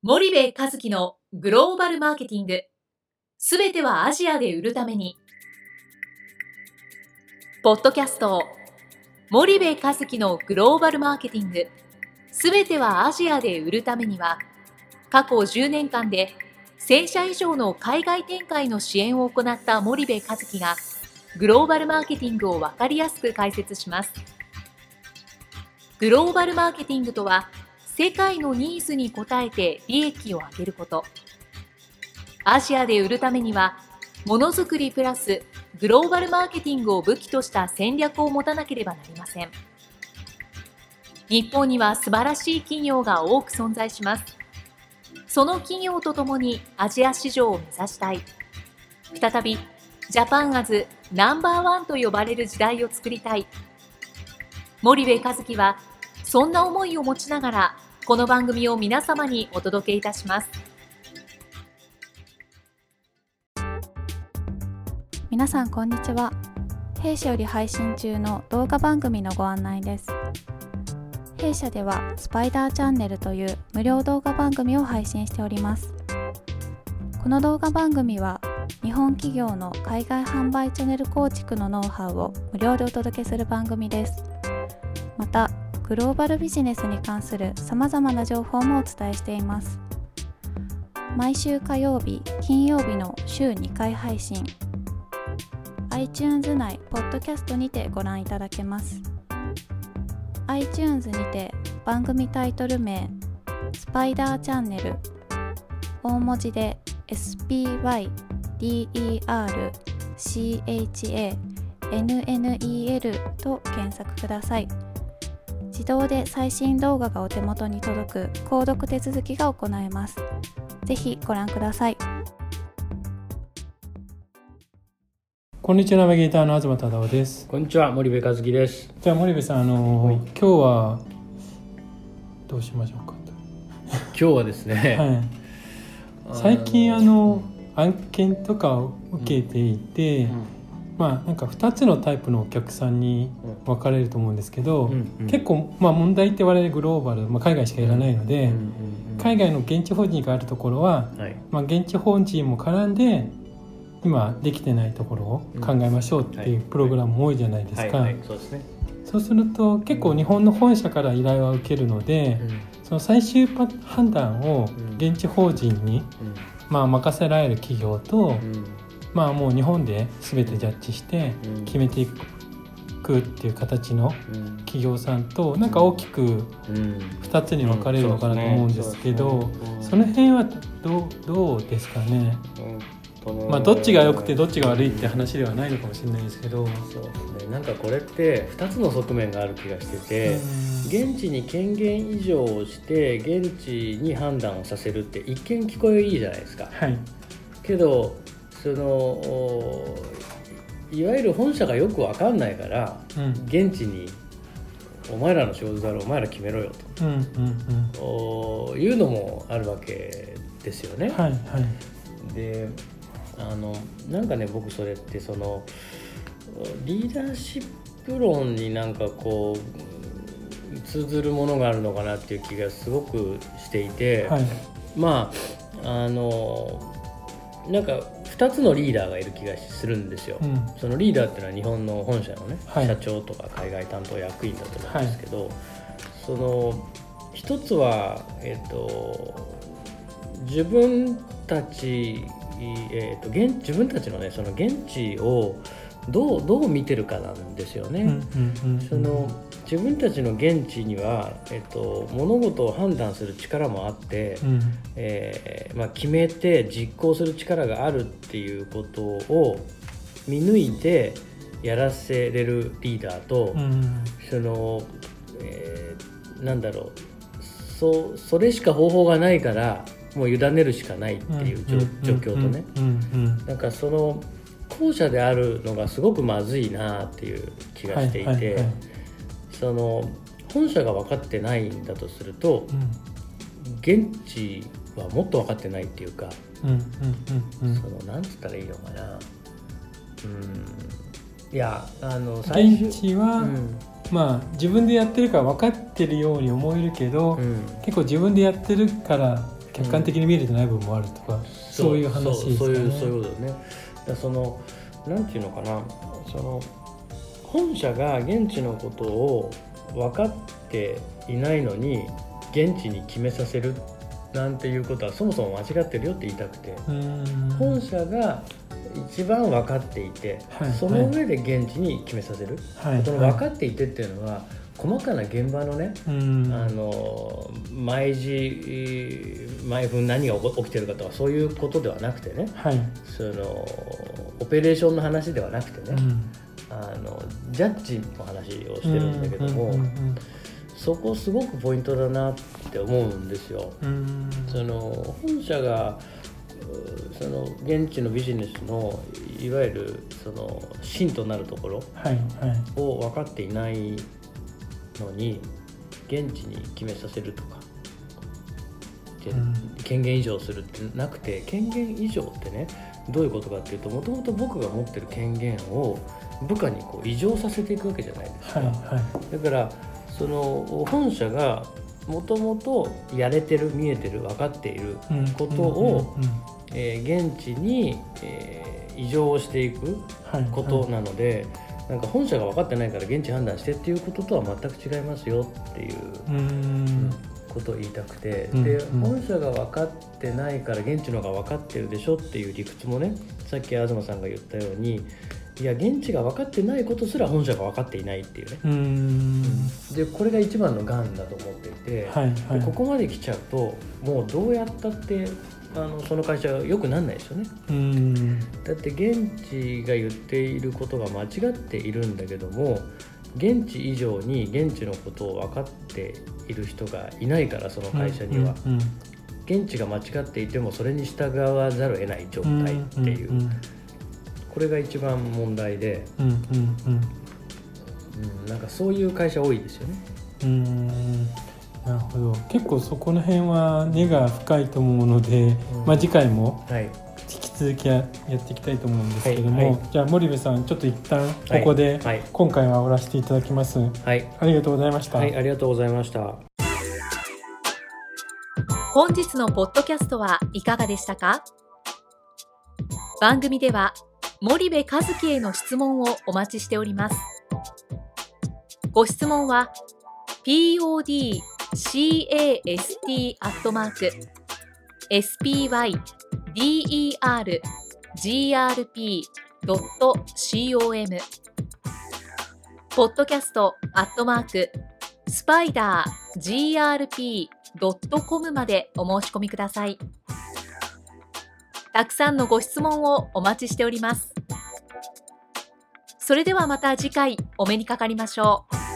森部一樹のグローバルマーケティング、すべてはアジアで売るために。ポッドキャスト森部一樹のグローバルマーケティング、すべてはアジアで売るためには、過去10年間で1000社以上の海外展開の支援を行った森部一樹がグローバルマーケティングを分かりやすく解説します。グローバルマーケティングとは、世界のニーズに応えて利益を上げること。アジアで売るためには、ものづくりプラスグローバルマーケティングを武器とした戦略を持たなければなりません。日本には素晴らしい企業が多く存在します。その企業とともにアジア市場を目指したい。再びジャパンアズナンバーワンと呼ばれる時代を作りたい。森部一樹はそんな思いを持ちながら、この番組を皆様にお届けいたします。 皆さんこんにちは。弊社より配信中の動画番組のご案内です。弊社ではスパイダーチャンネルという無料動画番組を配信しております。この動画番組は日本企業の海外販売チャンネル構築のノウハウを無料でお届けする番組です。またグローバルビジネスに関するさまざまな情報もお伝えしています。毎週火曜日、金曜日の週2回配信。iTunes 内ポッドキャストにてご覧いただけます。iTunes にて番組タイトル名スパイダーチャンネル、大文字で SPYDERCHANNEL と検索ください。自動で最新動画がお手元に届く購読手続きが行えます。ぜひご覧ください。 こんにちは、ナビゲーターの東忠夫です。 こんにちは、森部一樹です。 じゃあ森部さん、今日はどうしましょうかと。 今日はですね、 はい、最近案件とかを受けていて、なんか2つのタイプのお客さんに分かれると思うんですけど、結構、問題って我々グローバル、海外しかやらないので、海外の現地法人があるところは、現地法人も絡んで今できてないところを考えましょうっていうプログラムも多いじゃないですか。そうすると結構日本の本社から依頼は受けるので、その最終判断を現地法人に任せられる企業と、もう日本で全てジャッジして決めていくっていう形の企業さんと、なんか大きく2つに分かれるのかなと思うんですけど、その辺はどうですかね。どっちが良くてどっちが悪いって話ではないのかもしれないですけど、 そうですね、なんかこれって2つの側面がある気がしてて、現地に権限移譲をして現地に判断をさせるって一見聞こえいいじゃないですか。けどいわゆる本社がよく分かんないから、現地にお前らの仕事だろ、お前ら決めろよと、いうのもあるわけですよね。でなんかね、僕それってリーダーシップ論になんかこう通ずるものがあるのかなっていう気がすごくしていて、なんか2つのリーダーがいる気がするんですよ。そのリーダーっていうのは日本の本社のね、社長とか海外担当役員だと思うんですけど、その一つは、自分たちのね、その現地をどう見てるかなんですよね。自分たちの現地には、物事を判断する力もあって、決めて実行する力があるっていうことを見抜いてやらせれるリーダーと、それしか方法がないからもう委ねるしかないっていう状況とね、なんかその後者であるのがすごくまずいなっていう気がしていて、その本社が分かってないんだとすると、現地はもっと分かってないっていうか、なんつったらいいのかな。 現地は、自分でやってるから分かってるように思えるけど、結構自分でやってるから客観的に見れてない部分もあるとか、そういう話ですかね。 そういうことね。だそのなんていうのかな、その本社が現地のことを分かっていないのに現地に決めさせるなんていうことはそもそも間違ってるよって言いたくて、本社が一番分かっていて、その上で現地に決めさせる、その分かっていてっていうのは細かな現場のね、毎分何が起きてるかとかそういうことではなくてね、そのオペレーションの話ではなくてね、ジャッジの話をしてるんだけども、そこすごくポイントだなって思うんですよ。その本社がその現地のビジネスのいわゆるその芯となるところを分かっていないのに現地に決めさせるとか、権限移譲するってなくて、権限移譲ってねどういうことかっていうと、もともと僕が持ってる権限を部下にこう移譲させていくわけじゃないですか。だからその本社がもともとやれてる、見えてる、分かっていることを現地に移譲していくことなので、なんか本社が分かってないから現地判断してっていうこととは全く違いますよっていうことを言いたくて、で本社が分かってないから現地の方が分かってるでしょっていう理屈もね、さっき東さんが言ったように、いや現地が分かってないことすら本社が分かっていないっていうね。でこれが一番のがんだと思っていて、ここまで来ちゃうともうどうやったってその会社は良くならないですよね。だって現地が言っていることが間違っているんだけども、現地以上に現地のことを分かっている人がいないから、その会社には、現地が間違っていてもそれに従わざるを得ない状態っていう、これが一番問題で、なんかそういう会社多いですよね。 なるほど。結構そこの辺は根が深いと思うので、次回も引き続きやっていきたいと思うんですけども、じゃあ森部さんちょっと一旦ここで今回は終わらせていただきます。ありがとうございました。 ありがとうございました。 本日のポッドキャストはいかがでしたか？番組では森部一樹への質問をお待ちしております。ご質問は podcast@spydergrp.com podcast@spidergrp.com までお申し込みください。たくさんのご質問をお待ちしております。それではまた次回お目にかかりましょう。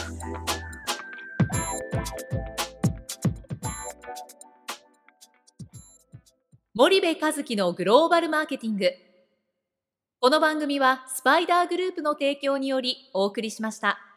森部一樹のグローバルマーケティング。この番組はスパイダーグループの提供によりお送りしました。